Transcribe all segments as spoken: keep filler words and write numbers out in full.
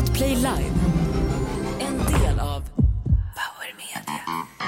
Podplay Live. En del av Power Media.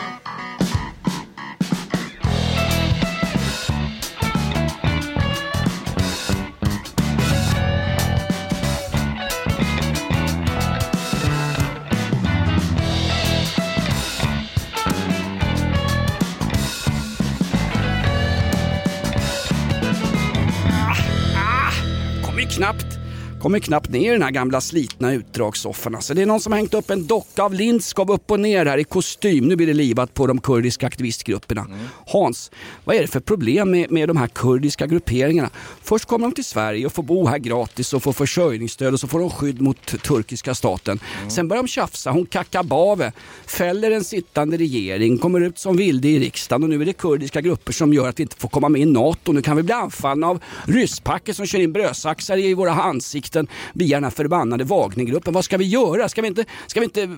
Kommer knappt Kommer knappt ner i den här gamla slitna utdragssoffan. Alltså, det är någon som har hängt upp en docka av Lindskov upp och ner här i kostym. Nu blir det livat på de kurdiska aktivistgrupperna. Mm. Hans, vad är det för problem med, med de här kurdiska grupperingarna? Först kommer de till Sverige och får bo här gratis och får försörjningsstöd och så får de skydd mot turkiska staten. Mm. Sen börjar de tjafsa. Hon Kakabave fäller en sittande regering, kommer ut som vilde i riksdagen och nu är det kurdiska grupper som gör att vi inte får komma med i NATO. Nu kan vi bli anfallna av rysspacker som kör in brödsaxar i våra ansikten via den här förbannade Wagnergruppen. Vad ska vi göra? Ska vi inte, ska vi inte...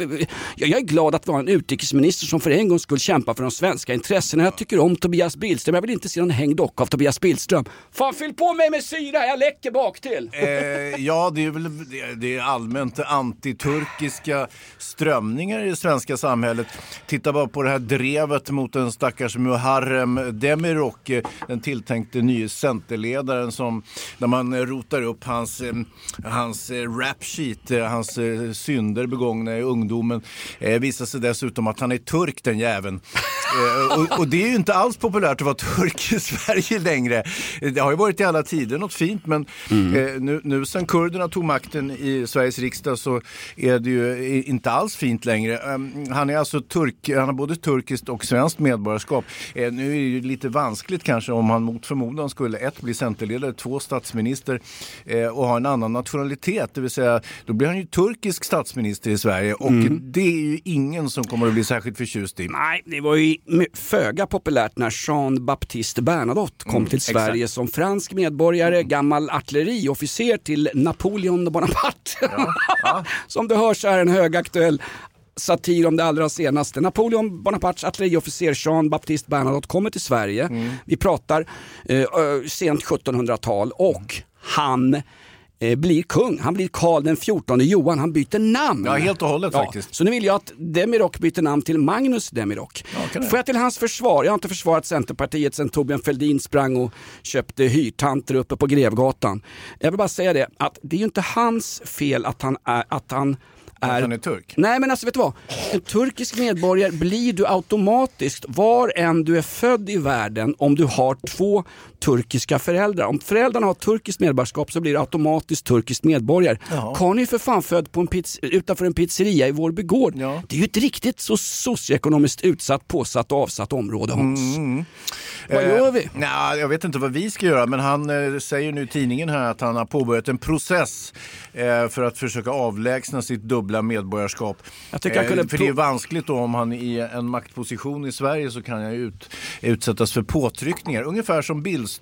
Jag är glad att vi har en utrikesminister som för en gång skulle kämpa för de svenska intressena. Jag tycker om Tobias Billström. Jag vill inte se någon hängd dock av Tobias Billström. Fan, fyll på mig med syra. Jag läcker bak till. Eh, ja, det är väl det är allmänt antiturkiska strömningar i det svenska samhället. Titta bara på det här drevet mot den stackars Muharrem Demirok, den tilltänkte nya centerledaren som när man rotar upp hans hans rap sheet, hans synder begångna i ungdomen, eh, visar sig dessutom att han är turk, den jäveln. Eh, och, och det är ju inte alls populärt att vara turk i Sverige längre. Det har ju varit i alla tider något fint, men mm. eh, nu, nu sen kurderna tog makten i Sveriges riksdag så är det ju inte alls fint längre. Eh, han är alltså turk, han har både turkiskt och svenskt medborgarskap. Eh, nu är det ju lite vanskligt kanske om han mot förmodan skulle ett bli centerledare, två statsminister eh, och ha en annan nationalitet, det vill säga då blir han ju turkisk statsminister i Sverige och mm. det är ju ingen som kommer att bli särskilt förtjust i. Nej, det var ju föga populärt när Jean-Baptiste Bernadotte kom mm, till Sverige exakt. Som fransk medborgare, mm. gammal artilleriofficer till Napoleon Bonaparte. Ja. Ja. Som du hör så är en högaktuell satir om det allra senaste. Napoleon Bonapartes artilleriofficer Jean-Baptiste Bernadotte kommer till Sverige. Mm. Vi pratar eh, sent sjuttonhundratal och han eh, blir kung. Han blir Karl den fjortonde Johan. Han byter namn. Ja, helt och hållet ja. faktiskt. Så nu vill jag att Demirok byter namn till Magnus Demirok. Ja, får jag till hans försvar? Jag har inte försvarat Centerpartiet sen Torbjörn Fälldin sprang och köpte hyrtanter uppe på Grevgatan. Jag vill bara säga det, att det är ju inte hans fel att han är... Att han Är, han är turk. Nej, men alltså vet du vad? En turkisk medborgare blir du automatiskt var än du är född i världen om du har två turkiska föräldrar. Om föräldrarna har turkiskt medborgarskap så blir du automatiskt turkisk medborgare. Karl är för fan född på en pizz- utanför en pizzeria i Vårby gård. Ja. Det är ju ett riktigt så socioekonomiskt utsatt, påsatt och avsatt område, Hans. Mm. Vad gör vi? Eh, nej, jag vet inte vad vi ska göra, men han eh, säger nu i tidningen här att han har påbörjat en process eh, för att försöka avlägsna sitt dubbla medborgarskap. Jag tycker jag kunde eh, för det är vanskligt då om han i en maktposition i Sverige så kan jag ut, utsättas för påtryckningar. Ungefär som Billström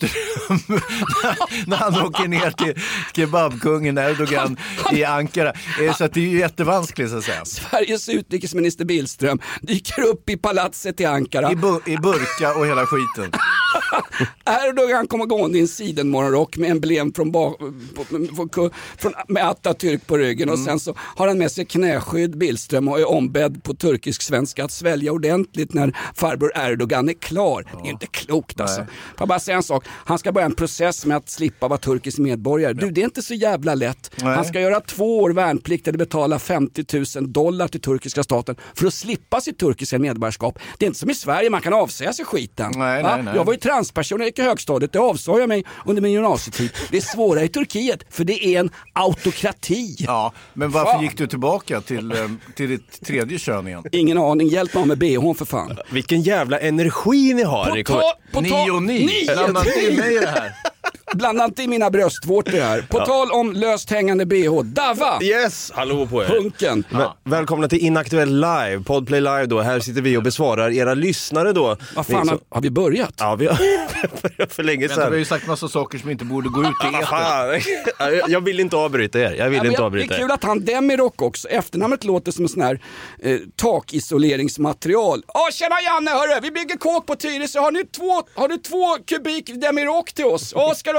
när han åker ner till kebabkungen Erdogan i Ankara. Eh, så att det är ju jättevanskligt så att säga. Sveriges utrikesminister Billström dyker upp i palatset i Ankara. I, bu- i burka och hela skiten. Erdogan kommer gående i en sidenmorgonrock med emblem från, ba- från, från med Atatürk på ryggen mm. och sen så har han med sig knäskydd Billström och är ombedd på turkisk svenska att svälja ordentligt när farbror Erdogan är klar. Ja. Det är inte klokt alltså. Får jag bara säga en sak. Han ska börja en process med att slippa vara turkisk medborgare. Ja. Du, det är inte så jävla lätt. Nej. Han ska göra två år värnplikt eller betala femtio tusen dollar till turkiska staten för att slippa sitt turkiska medborgarskap. Det är inte som i Sverige, man kan avsäga sig skiten. Nej, nej, nej. Jag var ju transperson när jag gick i högstadiet. Det avsade jag mig under min gymnasietid. Det är svårare i Turkiet för det är en autokrati. Ja, men varför fan gick du tillbaka till, till ditt tredje kön igen? Ingen aning, hjälp mig med B H för fan. Vilken jävla energi ni har. På ta, på ta, ni och ni. ni. Blanda inte i mig det här. Blanda inte i mina bröstvårtor här. På ja. tal om löst hängande B H. Dava! Yes, hallå på er. Punken. Ja. Välkomna till Inaktuell Live, Podplay Live då. Här sitter vi och besvarar era lyssnare då. Vad fan, så... har, har vi börjat? Ja, vi har börjat för länge sedan. Men vi har ju sagt massa saker som inte borde gå ut i etern. Jag vill inte avbryta er. Jag vill ja, inte avbryta er. Det är kul att han Demirok också. Efternamnet låter som en sån här eh, takisoleringsmaterial. Ja, tjena Janne, hörru. Vi bygger kåk på Tyresö. Har, ni två, har du två kubik Demirok till oss? Ja, ska du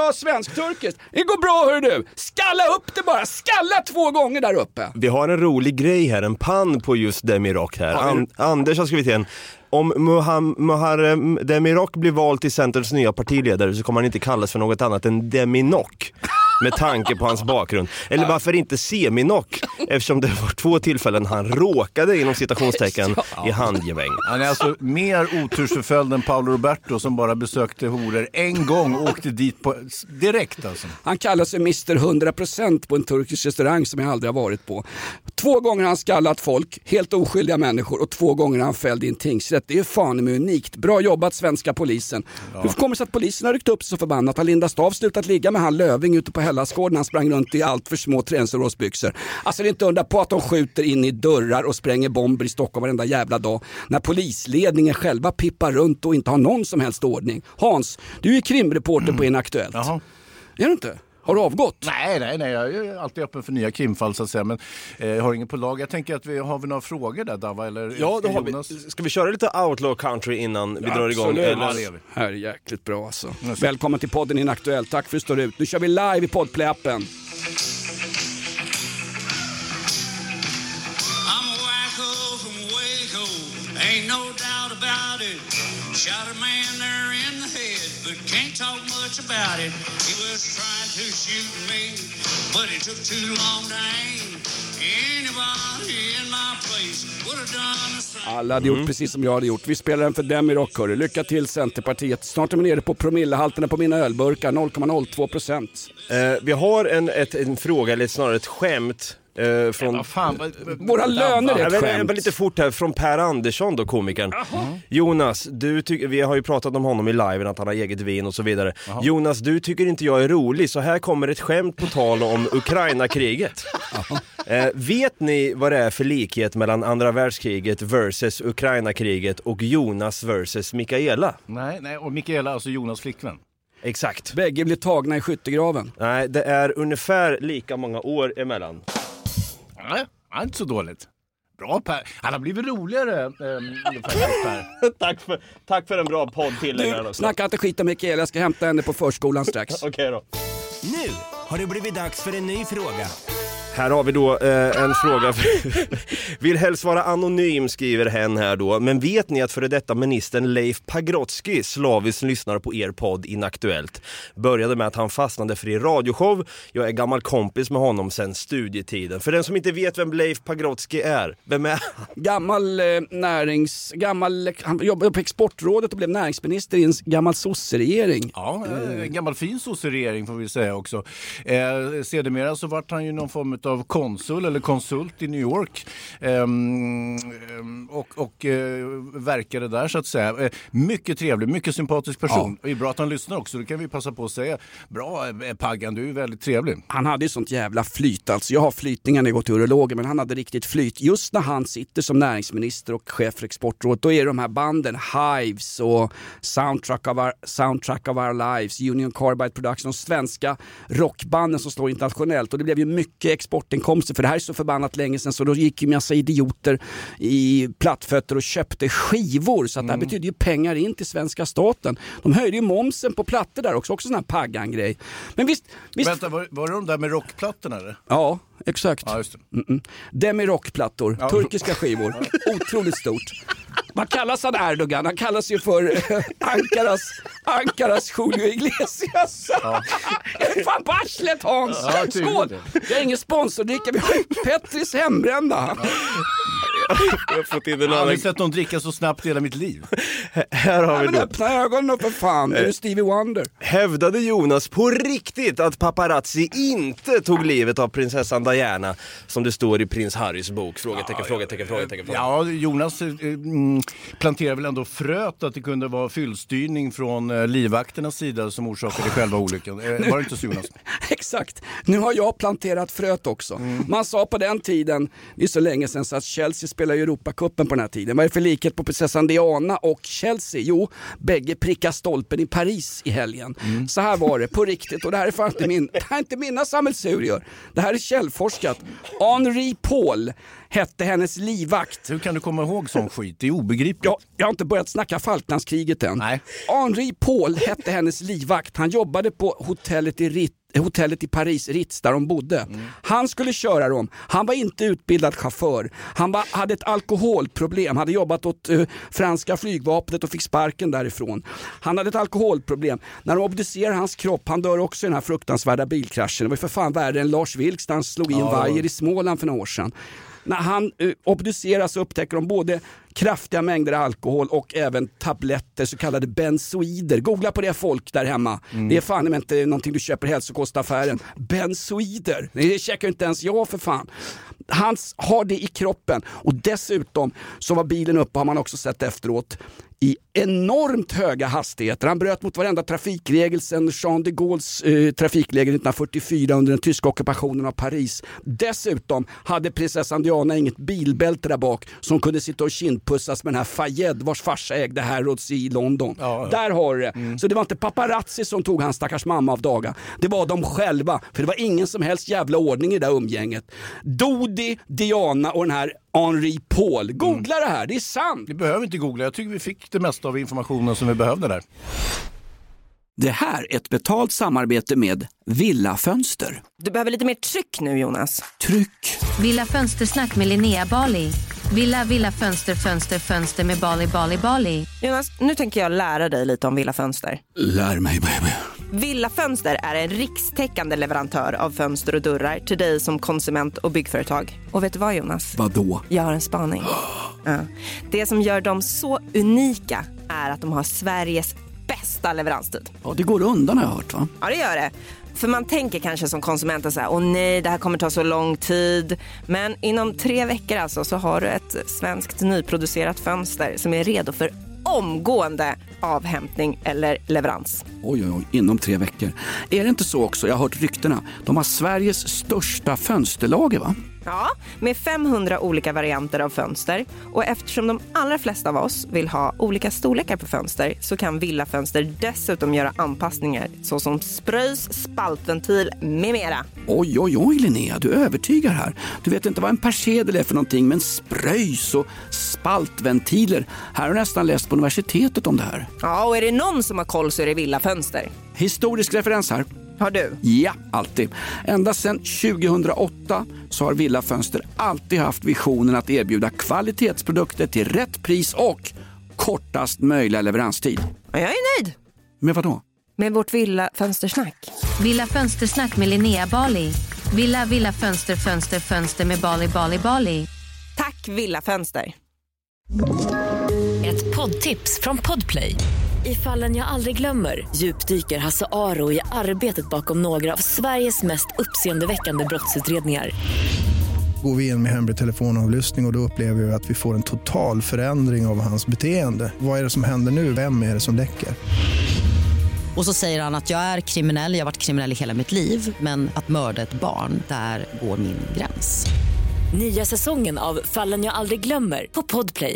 bra svensk-turkiskt. Det går bra, hör du. Skalla upp det bara. Skalla två gånger där uppe. Vi har en rolig grej här, en pann på just Demirok här. An- Anders har skrivit in: om Muham- Muharrem Demirok blir vald till Centerns nya partiledare så kommer han inte kallas för något annat än Deminok. Med tanke på hans bakgrund. Eller varför inte Seminok? Eftersom det var två tillfällen han råkade inom citationstecken i handgemäng. Han är alltså mer otursförföljd än Paolo Roberto som bara besökte horor en gång och åkte dit på, direkt alltså. Han kallar sig mister hundra procent på en turkisk restaurang som jag aldrig har varit på. Två gånger har han skallat folk, helt oskyldiga människor, och två gånger har han fälld i en tingsrätt. Det är ju fan med unikt. Bra jobbat svenska polisen. Ja. Hur kommer det sig att polisen har ryckt upp sig så förbannat? Har Linda Staaf slutat ligga med han Löving ute på Hellasgården? Han sprang runt i allt för små träningsbyxor. Alltså det är inte undra på att de skjuter in i dörrar och spränger bomber i Stockholm varenda jävla dag. När polisledningen själva pippar runt och inte har någon som helst ordning. Hans, du är ju krimreporter mm. på Inaktuellt. Jaha. Är du inte? Har du avgått? Nej, nej, nej. Jag är alltid öppen för nya krimfall så att säga. Men eh, jag har ingen på lag. Jag tänker att vi har vi några frågor där, Dava? Eller, ja, då har vi. Ska vi köra lite outlaw country innan vi ja, drar igång? Eller? Ja, det är vi. Här är jäkligt bra alltså. Välkommen till podden Inaktuellt. Tack för att du står ut. Nu kör vi live i Podplay-appen. Ain't no doubt about it. Shot a man there in the head, but can't talk much about it. He was trying to shoot me, but it took too long to aim. Anybody in my place would have done the same. Alla hade gjort mm. precis som jag hade gjort. Vi spelar den för Demirok, hörru. Lycka till Centerpartiet. Snart är vi nere på promillehalterna på mina ölburkar, noll komma noll två procent. Eh, vi har en, ett, en fråga, eller snarare ett skämt. Uh, från ja, fan, vad, våra löner är ett skämt. Jag vill lite fort här från Per Andersson då, komikern. Mm. Jonas, du ty- vi har ju pratat om honom i liven, att han har eget vin och så vidare. Aha. Jonas, du tycker inte jag är rolig, så här kommer ett skämt på tal om Ukraina-kriget. uh, vet ni vad det är för likhet mellan andra världskriget versus Ukraina-kriget och Jonas versus Mikaela? Nej, nej, och Mikaela, alltså Jonas flickvän. Exakt. Bägge blir tagna i skyttegraven. Nej, det är ungefär lika många år emellan. Nej, ja, inte så dåligt. Bra Per. Han har blivit roligare. Ähm, Per. tack, för, tack för en bra podd till dig. Snacka inte skit om Mikael, jag ska hämta henne på förskolan strax. Okej okay då. Nu har det blivit dags för en ny fråga. Här har vi då eh, en fråga. Vill helst vara anonym, skriver hen här då. Men vet ni att före detta ministern Leif Pagrotsky slaviskt lyssnar på er podd Inaktuellt? Började med att han fastnade för er radioshow. Jag är gammal kompis med honom sedan studietiden. För den som inte vet vem Leif Pagrotsky är, vem är han? Gammal eh, närings... Gammal, han jobbade på Exportrådet och blev näringsminister i en gammal sosseregering. Ja, en gammal fin sosseregering får vi säga också. Eh, sedermera så vart han ju någon form av konsul eller konsult i New York ehm, och, och eh, verkade där så att säga. Eh, mycket trevlig, mycket sympatisk person. Ja. Och bra att han lyssnar också, det kan vi passa på att säga. Bra eh, Paggan, du är väldigt trevlig. Han hade ju sånt jävla flyt alltså. Jag har flytningar när jag går till urologen, men han hade riktigt flyt. Just när han sitter som näringsminister och chef för Exportrådet, då är de här banden Hives och Soundtrack of Our, Soundtrack of Our Lives, Union Carbide Production och svenska rockbanden som slår internationellt. Och det blev ju mycket exportinkomster, för det här är så förbannat länge sedan, så då gick ju massa idioter i plattfötter och köpte skivor, så att det här mm. betyder ju pengar in till svenska staten. De höjde ju momsen på plattor där också, också sån här Paggan-grej. Men visst, visst... Vänta, var, var det de där med rockplattorna eller? Ja, exakt. Ja, just det. Mm-mm. Demi-rockplattor, ja. Turkiska skivor. Otroligt stort. Vad kallas han Erdogan? Han kallas ju för Ankaras, Ankaras Julio Iglesias. Ja. Fan på arslet, Hans. Ja, skål. Jag är ingen sponsordricka. Vi har Petris hembrända. Ja. Jag har fått in en annan... sett någon dricka så snabbt i hela mitt liv. Här har vi då. Öppna ögonen för fan. Är du Stevie Wonder? Hävdade Jonas på riktigt att paparazzi inte tog livet av prinsessan Diana, som det står i prins Harrys bok? Frågetecken, ja, frågetecken, frågetecken, frågetecken. Ja, Jonas eh, planterar väl ändå fröt att det kunde vara fyllstyrning från eh, livvakternas sida som orsakade själva olyckan. Eh, var det inte så, Jonas? Exakt. Nu har jag planterat fröt också. Mm. Man sa på den tiden, det är så länge sedan, så att Chelsea spelar ju Europacupen på den här tiden. Vad är det för likhet på prinsessan Diana och Chelsea? Jo, bägge prickar stolpen i Paris i helgen. Mm. Så här var det, på riktigt. Och det här är fan inte, min, det här är inte mina sammelsurier. Det här är källforskat. Henri Paul hette hennes livvakt. Hur kan du komma ihåg sån skit? Det är obegripligt. Ja, jag har inte börjat snacka Falklandskriget än. Nej. Henri Paul hette hennes livvakt. Han jobbade på hotellet i Ritz. Hotellet i Paris, Ritz, där de bodde. Mm. Han skulle köra dem. Han var inte utbildad chaufför. Han var, hade ett alkoholproblem. Hade jobbat åt uh, franska flygvapnet och fick sparken därifrån. Han hade ett alkoholproblem. När de obducerar hans kropp, han dör också i den här fruktansvärda bilkraschen. Det var för fan värre än Lars Vilks när han slog in ja. vajer i Småland för några år sedan. När han uh, obduceras upptäcker de både kraftiga mängder alkohol och även tabletter, så kallade benzoider. Googla på det folk där hemma. Mm. Det är fan inte någonting du köper i hälsokostaffären. Benzoider. Det checkar inte ens jag för fan. Han har det i kroppen. Och dessutom så var bilen uppe, har man också sett efteråt, i enormt höga hastigheter. Han bröt mot varenda trafikregel sedan Jean de Gaulles eh, trafikregel nittonhundrafyrtiofyra under den tyska ockupationen av Paris. Dessutom hade prinsessan Diana inget bilbälte där bak som kunde sitta och kindpussas med den här Fayed vars farsa ägde Harrods i London. Ja, ja. Där har det. Mm. Så det var inte paparazzi som tog hans stackars mamma av daga. Det var de själva. För det var ingen som helst jävla ordning i det där umgänget. Dodi, Diana och den här Henri Paul. Googla mm. det här, det är sant. Vi behöver inte googla, jag tycker vi fick det mesta av informationen som vi behövde där. Det här är ett betalt samarbete med Villa Fönster. Du behöver lite mer tryck nu, Jonas. Tryck. Villa Fönstersnack med Linnea Bali. Villa, Villa Fönster, Fönster, Fönster med Bali, Bali, Bali. Jonas, nu tänker jag lära dig lite om Villa Fönster. Lär mig, baby. Villa Fönster är en rikstäckande leverantör av fönster och dörrar till dig som konsument och byggföretag. Och vet du vad, Jonas? Vadå? Jag har en spaning. Ja. Det som gör dem så unika är att de har Sveriges bästa leveranstid. Ja, det går undan har jag hört, va? Ja, det gör det. För man tänker kanske som konsument så här, åh nej, det här kommer ta så lång tid. Men inom tre veckor alltså så har du ett svenskt nyproducerat fönster som är redo för omgående avhämtning eller leverans. Oj, oj, oj, inom tre veckor. Är det inte så också? Jag har hört ryktena. De har Sveriges största fönsterlager, va? Ja, med femhundra olika varianter av fönster. Och eftersom de allra flesta av oss vill ha olika storlekar på fönster så kan Villa Fönster dessutom göra anpassningar såsom spröjs, spaltventil med mera. Oj, oj, oj Linnea, du övertygar här. Du vet inte vad en persedel är för någonting, men spröjs och spaltventiler. Här har jag nästan läst på universitetet om det här. Ja, och är det någon som har koll så är det Villa Fönster. Historisk referens här. Har du? Ja, alltid. Ända sedan tjugohundraåtta så har Villa Fönster alltid haft visionen att erbjuda kvalitetsprodukter till rätt pris och kortast möjliga leveranstid. Jag är nöjd. Med vad då? Med vårt Villa Fönstersnack. Villa Fönstersnack med Linnea Bali. Villa, Villa Fönster, Fönster, Fönster med Bali, Bali, Bali. Tack Villa Fönster. Ett poddtips från Podplay. I Fallen jag aldrig glömmer djupdyker Hasse Aro i arbetet bakom några av Sveriges mest uppseendeväckande brottsutredningar. Går vi in med hemlig telefonavlyssning och, och då upplever vi att vi får en total förändring av hans beteende. Vad är det som händer nu? Vem är det som läcker? Och så säger han att jag är kriminell, jag har varit kriminell i hela mitt liv. Men att mörda ett barn, där går min gräns. Nya säsongen av Fallen jag aldrig glömmer på Podplay.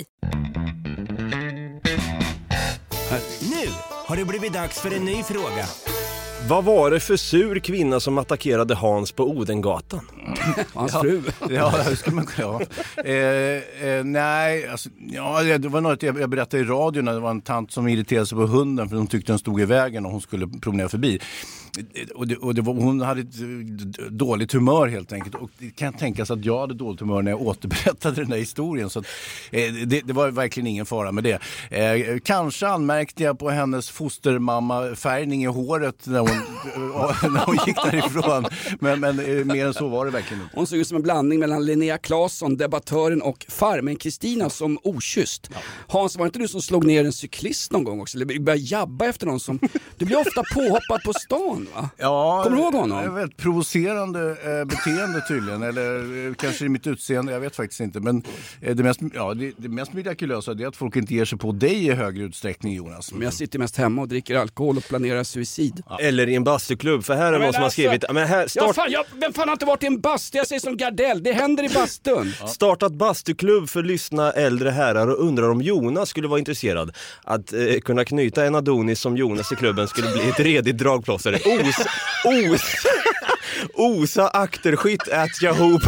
Nu har det blivit dags för en ny fråga. Vad var det för sur kvinna som attackerade Hans på Odengatan? Hans fru. Ja, det ska man ja. eh, eh, Nej, alltså, ja, det var något jag, jag berättade i radion när det var en tant som irriterade sig på hunden för hon tyckte den stod i vägen och hon skulle promenera förbi. Och, det, och det var, hon hade ett dåligt humör helt enkelt. Och det kan tänkas att jag hade dåligt humör när jag återberättade den där historien. Så att, eh, det, det var verkligen ingen fara med det. Eh, kanske anmärkte jag på hennes fostermamma-färgning i håret när hon, när hon gick därifrån. Men, men eh, mer än så var det verkligen inte. Hon såg ut som en blandning mellan Linnea Claesson, debattören, och farmen Kristina som okysst. Ja. Hans, var inte du som slog ner en cyklist någon gång också? Eller började jabba efter någon som... Du blir ofta påhoppad på stan. Sten, va? Ja, kommer du ihåg honom? Ett väldigt provocerande eh, beteende tydligen, eller eh, kanske i mitt utseende, jag vet faktiskt inte. Men eh, det, mest, ja, det, det mest mirakulösa är att folk inte ger sig på dig i högre utsträckning, Jonas. Men jag sitter mest hemma och dricker alkohol och planerar suicid. Ja. Eller i en bastuklubb, för här är någon som har skrivit... Men här, start... ja, fan, jag, vem fan har inte varit i en bastu? Jag säger som Gardell, det händer i bastun. Ja. Startat bastuklubb för lyssna äldre herrar och undrar om Jonas skulle vara intresserad. Att eh, kunna knyta en Adonis som Jonas i klubben skulle bli ett redigt dragplåster. Os, os, osa akterskytt at yahoo.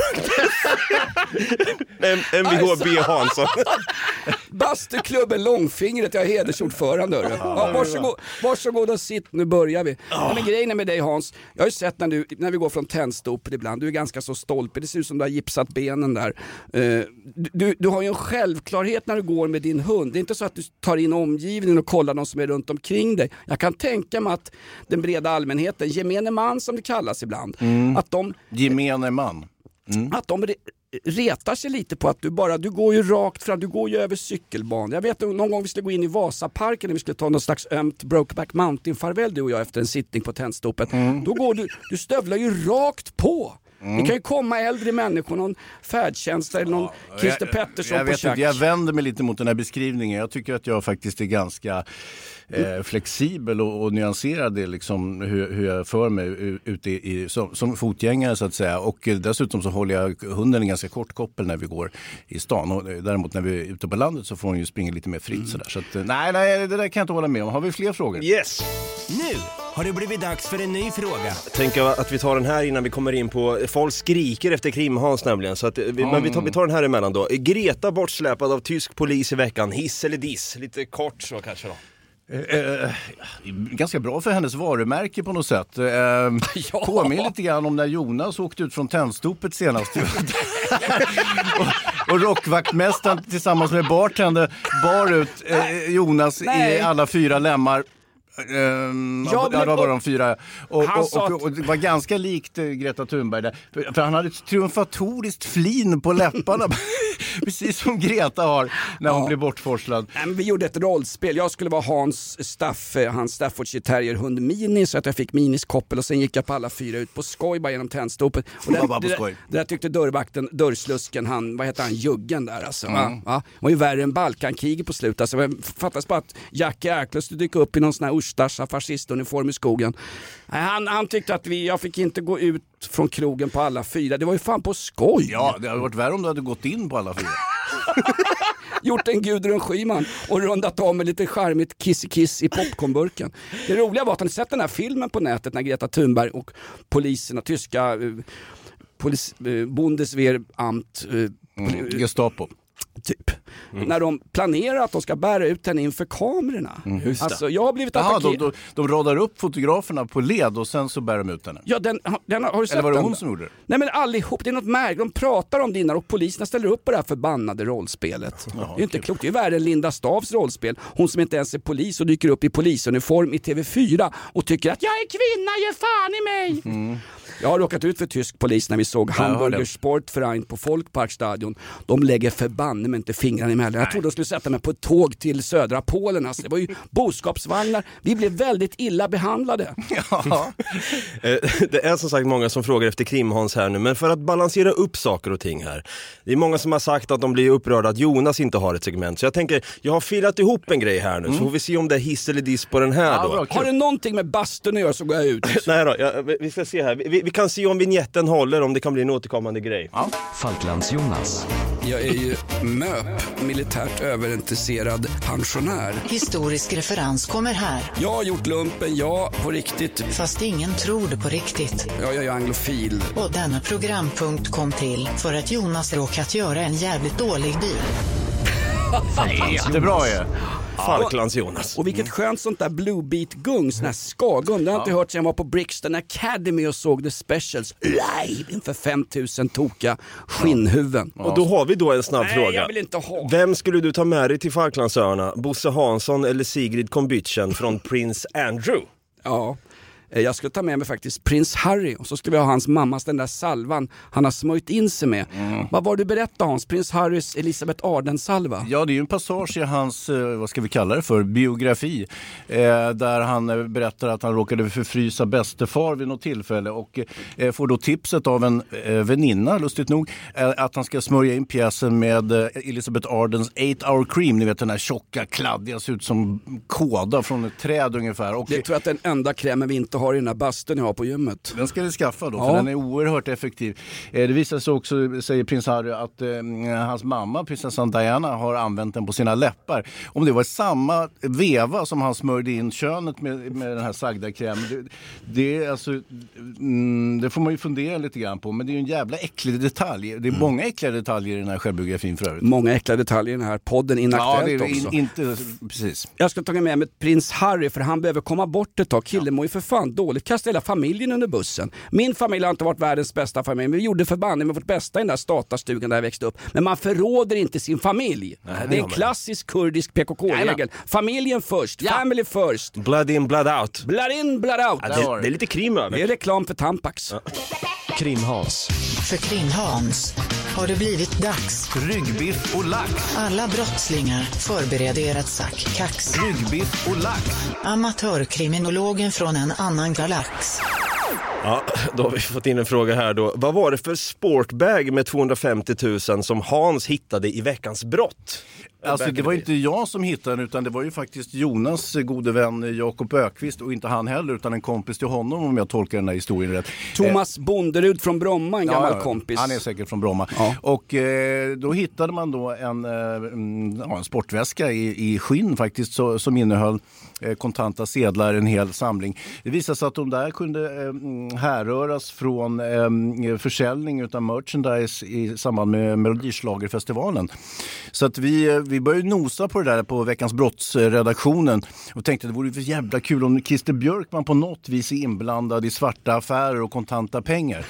M V H B Hansson. Bastuklubben Långfingret, jag är hedersordförande. Ja, varsågod, varsågod och sitt, nu börjar vi. Ja, men grejen är med dig, Hans, jag har ju sett när, du, när vi går från tändstopet ibland, du är ganska så stolpig, det ser ut som du har gipsat benen där. Uh, du, du har ju en självklarhet när du går med din hund. Det är inte så att du tar in omgivningen och kollar de som är runt omkring dig. Jag kan tänka mig att den breda allmänheten, gemene man som det kallas ibland, mm. att de... Gemene man. Mm. Att de retar sig lite på att du bara, du går ju rakt fram, du går ju över cykelbanan. Jag vet någon gång vi skulle gå in i Vasaparken när vi skulle ta någon slags ömt Brokeback Mountain-farväl du och jag efter en sittning på tändstopet. Mm. Då går du, du stövlar ju rakt på. Mm. Det kan ju komma äldre människor, någon färdtjänst eller någon ja, Christer Pettersson jag, jag på vet inte, jag vänder mig lite mot den här beskrivningen. Jag tycker att jag faktiskt är ganska eh, flexibel och, och nyanserad det liksom, hur, hur jag för mig ute i, i, som, som fotgängare så att säga. Och dessutom så håller jag hunden en ganska kort koppel när vi går i stan. Och däremot när vi är ute på landet så får hon ju springa lite mer fritt. Mm. Sådär. Så att, nej, nej, det där kan jag inte hålla med om. Har vi fler frågor? Yes! Nu har det blivit dags för en ny fråga. Jag tänker att vi tar den här innan vi kommer in på... Folk skriker efter Krimhans nämligen. Så att vi, mm. Men vi tar, vi tar den här emellan då. Greta bortsläpad av tysk polis i veckan. Hiss eller diss? Lite kort så kanske då. Eh, eh, ganska bra för hennes varumärke på något sätt. Eh, ja. Påminner lite grann om när Jonas åkte ut från tändstopet senast. och, och rockvaktmästaren tillsammans med bartender bar ut eh, Jonas Nej. i alla fyra lämmar. Um, ja, det var bara de fyra och, och, och, och, och det var ganska likt uh, Greta Thunberg där. För, för han hade ett triumfatoriskt flin på läpparna precis som Greta har när hon ja. blir bortforslad. Men vi gjorde ett rollspel. Jag skulle vara Hans Staffe, hans Staffordshire Terrier hund Mini, så att jag fick Minis koppel och sen gick jag på alla fyra ut på skoj bara genom tändstopet. Och det, det, det, det där tyckte dörrvakten, dörrslusken, han, vad heter han, Juggen där alltså. Mm. Ja, var ju värre än Balkankriget på slutet. Alltså, jag fattas bara att Jack Erklös dyker upp i någon sån här Ustascha fascistuniform i skogen. Han, han tyckte att vi, jag fick inte gå ut från krogen på alla fyra. Det var ju fan på skoj. Ja, det hade varit värre om du hade gått in på alla fyra. Gjort en Gudrun Schyman och rundat om med lite charmigt kiss-kiss i popcornburken. Det roliga var att han sett den här filmen på nätet när Greta Thunberg och poliserna, tyska eh, polis, eh, Bundeswehramt eh, mm, Gestapo typ. Mm. När de planerar att de ska bära ut henne inför kamerorna. Mm. Alltså, jag har blivit attackerad. De, de, de radar upp fotograferna på led och sen så bär de ut henne. Ja, den, den, har du sett Eller var det den? hon som gjorde det? Nej, men allihop, det är något märkligt. De pratar om dina och poliserna ställer upp på det här förbannade rollspelet. Jaha, det är inte klokt. Det är värre än Linda Stavs rollspel. Hon som inte ens är polis och dyker upp i polisuniform i T V fyra och tycker att jag är kvinna, ge fan i mig. Mm. Jag har råkat ut för tysk polis när vi såg Hamburger Sportverein på Folkparkstadion. De lägger förbanne men inte fingrarna emellan. Jag trodde de skulle sätta mig på ett tåg till södra Polen. Alltså, det var ju boskapsvagnar. Vi blev väldigt illa behandlade. Ja. Det är som sagt många som frågar efter Krimhans här nu. Men för att balansera upp saker och ting här. Det är många som har sagt att de blir upprörda att Jonas inte har ett segment. Så jag tänker, jag har filat ihop en grej här nu. Mm. Så får vi se om det är hiss eller diss på den här ja, då. Bra, har det någonting med bastun att göra så går jag ut. Nej då, ja, vi ska se här. Vi, vi kan se om vignetten håller, om det kan bli en återkommande grej. Ja. Falklands Jonas. Jag är ju MÖP, militärt överintresserad pensionär. Historisk referens kommer här. Jag har gjort lumpen, ja, på riktigt. Fast ingen tror det på riktigt. Ja, jag är anglofil. Och denna programpunkt kom till för att Jonas råkat göra en jävligt dålig deal. Jättebra ju. Falklands Jonas. Och vilket skönt sånt där Blue Beat-gung, sån här skagung. Det har jag inte hört sedan jag var på Brixton Academy och såg The Specials live inför fem tusen toka skinnhuven. Ja. Och då har vi då en snabb Nej, fråga. Jag vill inte ha. Vem skulle du ta med dig till Falklandsöarna? Bosse Hansson eller Sigrid Kombytchen från Prince Andrew? Ja. Eh, jag skulle ta med mig faktiskt prins Harry och så skulle vi ha hans mammas den där salvan han har smörjt in sig med. Mm. Vad var du berätta Hans? Prins Harrys Elisabeth Arden-salva? Ja, det är ju en passage i hans, vad ska vi kalla det för, biografi. Eh, där han eh, berättar att han råkade förfrysa bästefar vid något tillfälle och eh, får då tipset av en eh, väninna, lustigt nog, eh, att han ska smörja in pjäsen med eh, Elisabeth Ardens eight hour cream. Ni vet den här tjocka, kladdiga, ser ut som kåda från ett träd ungefär. Och, det tror jag att den enda krämen vi inte har i den här bastun jag har på gymmet. Den ska vi skaffa då, ja. för den är oerhört effektiv. Eh, det visar sig också, säger prins Harry, att eh, hans mamma, prinsessan Diana, har använt den på sina läppar. Om det var samma veva som han smörjde in könet med, med den här sagda krämen, det, det, alltså, mm, det får man ju fundera lite grann på. Men det är ju en jävla äcklig detalj. Det är mm. många äckliga detaljer i den här självbiografin för övrigt. Många äckliga detaljer i den här podden Inaktuellt ja, det är, också. In, inte, precis. Jag ska ta med mig prins Harry för han behöver komma bort ett tag. Killen ja. mår ju för fan dåligt. Kasta hela familjen under bussen. Min familj har inte varit världens bästa familj. Men vi gjorde förbanne med vårt bästa i den där statastugan där jag växte upp. Men man förråder inte sin familj. Nej, det är en klassisk kurdisk P K K-regel. Familjen först. Ja. Family first. Blood in, blood out. Blood in, blood out. Ja, det, det är lite krim över. Det är reklam för Tampax. Ja. Krim-Hans. För Krim-Hans har det blivit dags. Ryggbiff och lax. Alla brottslingar förbereder ert sack kax. Ryggbiff och lax. Amatörkriminologen från en annan galax. Ja, då har vi fått in en fråga här då. Vad var det för sportbag med tvåhundrafemtio tusen som Hans hittade i veckans brott? Alltså det var inte jag som hittade den, utan det var ju faktiskt Jonas gode vän Jakob Ökvist, och inte han heller utan en kompis till honom, om jag tolkar den här historien rätt. Thomas Bonderud från Bromma, en ja, gammal ja, kompis. Han är säkert från Bromma. Ja. Och eh, då hittade man då en, eh, ja, en sportväska i, i skinn faktiskt, så, som innehöll eh, kontanta sedlar, en hel samling. Det visade sig att de där kunde eh, härröras från eh, försäljning utav merchandise i samband med Melodislagerfestivalen. Så att vi, vi började nosa på det där på Veckans brottsredaktionen och tänkte att det vore för jävla kul om Christer Björkman på något vis är inblandad i svarta affärer och kontanta pengar.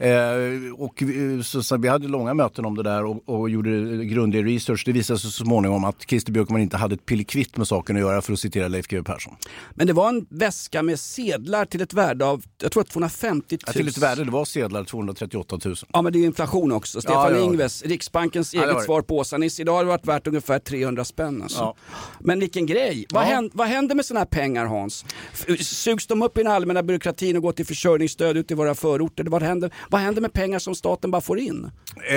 eh, och vi, så, så vi hade långa möten om det där och, och gjorde grundlig research. Det visade sig så småningom att Christer Björkman inte hade ett pillekvitt med saken att göra, för att citera Leif G W Persson. Men det var en väska med sedlar till ett värde av, jag tror att tvåhundrafemtio tusen. Ja, till ett värde, det var sedlar tvåhundratrettioåtta tusen. Ja, men det är ju inflation också. Stefan ja, ja. Ingves, Riksbankens eget ja, svar på Åsanis. Idag har det varit värt ungefär trehundra spänn. Alltså. Ja. Men vilken grej. Vad, ja. händer, vad händer med såna här pengar, Hans? Sugs de upp i den allmänna byråkratin och går till försörjningsstöd ute i våra förorter? Vad händer, vad händer med pengar som staten bara får in? Eh,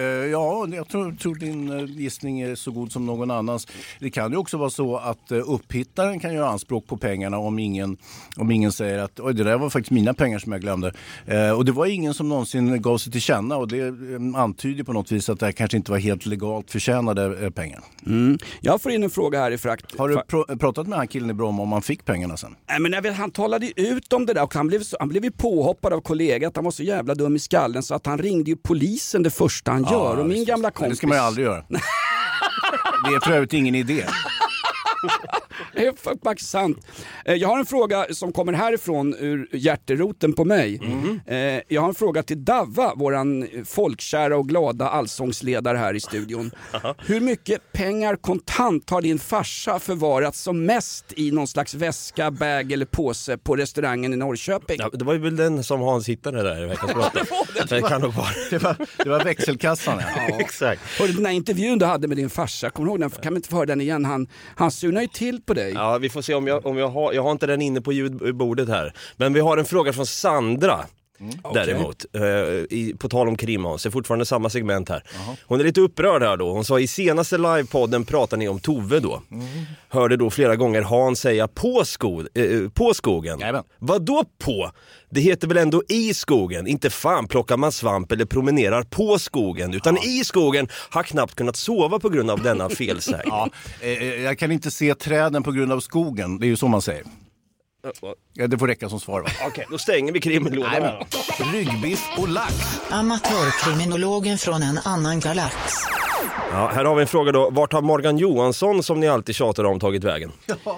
ja, jag tror, tror din gissning är så god som någon annans. Det kan ju också vara så att upphittaren kan göra anspråk på pengarna om ingen, om ingen säger att oj, det där var faktiskt mina pengar som jag glömde. Eh, och det var ingen som någonsin gav sig till känna, och det eh, antyder på något vis att det här kanske inte var helt legalt förtjänade eh, pengar. Mm. Jag får in en fråga här i frakt. Har du pr- pratat med han killen i Bromma om han fick pengarna sen? Nej, men jag vet, han talade ut om det där och han blev, så, han blev ju påhoppad av kollega att han var så jävla dum i skallen så att han ringde ju polisen det första han ja, gör. Och min det, gamla kompis... Det ska man ju aldrig göra. Det är för övrigt ingen idé. Det är faktiskt sant. Jag har en fråga som kommer härifrån ur hjärteroten på mig. Mm. Jag har en fråga till Davva, våran folkkära och glada allsångsledare här i studion. Hur mycket pengar kontant har din farsa förvarat som mest i någon slags väska, bag eller påse på restaurangen i Norrköping? Ja, det var ju väl den som Hans hittade där i veckans brott. det, det, kan nog vara. det, var, det var växelkassan. Ja. Exakt. Hörde den här intervjun du hade med din farsa, kommer du ihåg den? Kan man inte få höra den igen? Han, han sunar ju till på dig. Ja, vi får se om jag, om jag har, jag har inte den inne på ljudbordet här. Men vi har en fråga från Sandra. Mm, däremot, okay. uh, i, på tal om Krim-Hans, det är fortfarande samma segment här. Uh-huh. Hon är lite upprörd här då. Hon sa i senaste livepodden pratar ni om Tove då. Mm. Hörde då flera gånger Hans säga på, skog, uh, på skogen. Jajamän. Vad då på? Det heter väl ändå i skogen? Inte fan plockar man svamp eller promenerar på skogen. Utan ja. i skogen har knappt kunnat sova på grund av denna felsägning. Ja, eh, jag kan inte se träden på grund av skogen. Det är ju så man säger. Ja, det får räcka som svar. Okej, okay, då stänger vi krimlådan. Ryggbiff och lax. Amatörkriminologen från en annan galax. Ja, här har vi en fråga då. Vart har Morgan Johansson, som ni alltid tjatar om, tagit vägen? Ja.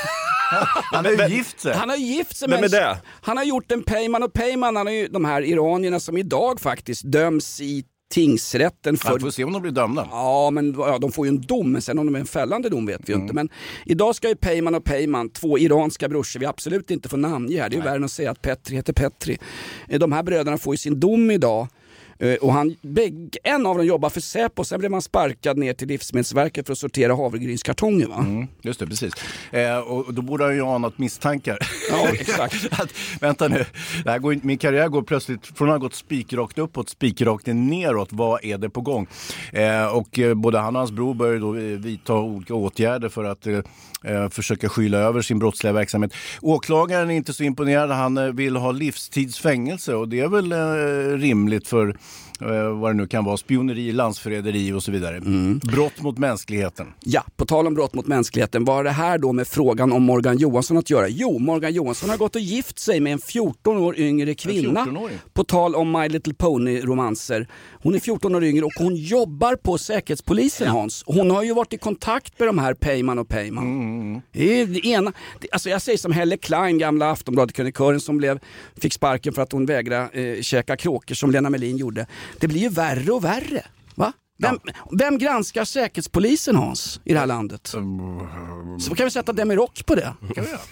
Han har ju gift sig. Han har gift sig. Vem är det? Han har gjort en Peyman och Peyman. Han är ju de här iranierna som idag faktiskt döms i tingsrätten för... Man får se om de blir dömda. Ja, men ja, de får ju en dom, men sen om de är en fällande dom vet vi ju mm. inte. Men idag ska ju Peyman och Peyman, två iranska brorsor, vi absolut inte får namnge här. Det är ju värre än att säga att Petri heter Petri. De här bröderna får ju sin dom idag. Och han, en av dem jobbar för Säpo, sen blev man sparkad ner till Livsmedelsverket för att sortera havregrynskartonger, va? Mm, just det, precis. Eh, och då borde han ju ha något misstankar. Ja, exakt. att, vänta nu, det här går, min karriär går plötsligt från att ha gått spikrakt uppåt, spikrakt neråt. Vad är det på gång? Eh, och eh, både han och hans bror börjar då vidta olika åtgärder för att eh, försöka skyla över sin brottsliga verksamhet. Åklagaren är inte så imponerad, han eh, vill ha livstidsfängelse och det är väl eh, rimligt för vad det nu kan vara, spioneri, landsförräderi och så vidare. Mm. Brott mot mänskligheten. Ja, på tal om brott mot mänskligheten, vad är det här då med frågan om Morgan Johansson att göra? Jo, Morgan Johansson har gått och gift sig med en fjorton år yngre kvinna. På tal om My Little Pony-romanser. Hon är fjorton år yngre och hon jobbar på Säkerhetspolisen, Hans. Hon har ju varit i kontakt med de här Peyman och Peyman. Mm. Det är det ena. Alltså jag säger som Helle Klein, gamla Aftonbladet-krönikören som blev, fick sparken för att hon vägrade eh, käka kråkor som Lena Melin gjorde. Det blir ju värre och värre, va? Vem, ja. vem granskar Säkerhetspolisen, Hans, i det här landet? Så kan vi sätta dem i rock på det. Kan vi göra.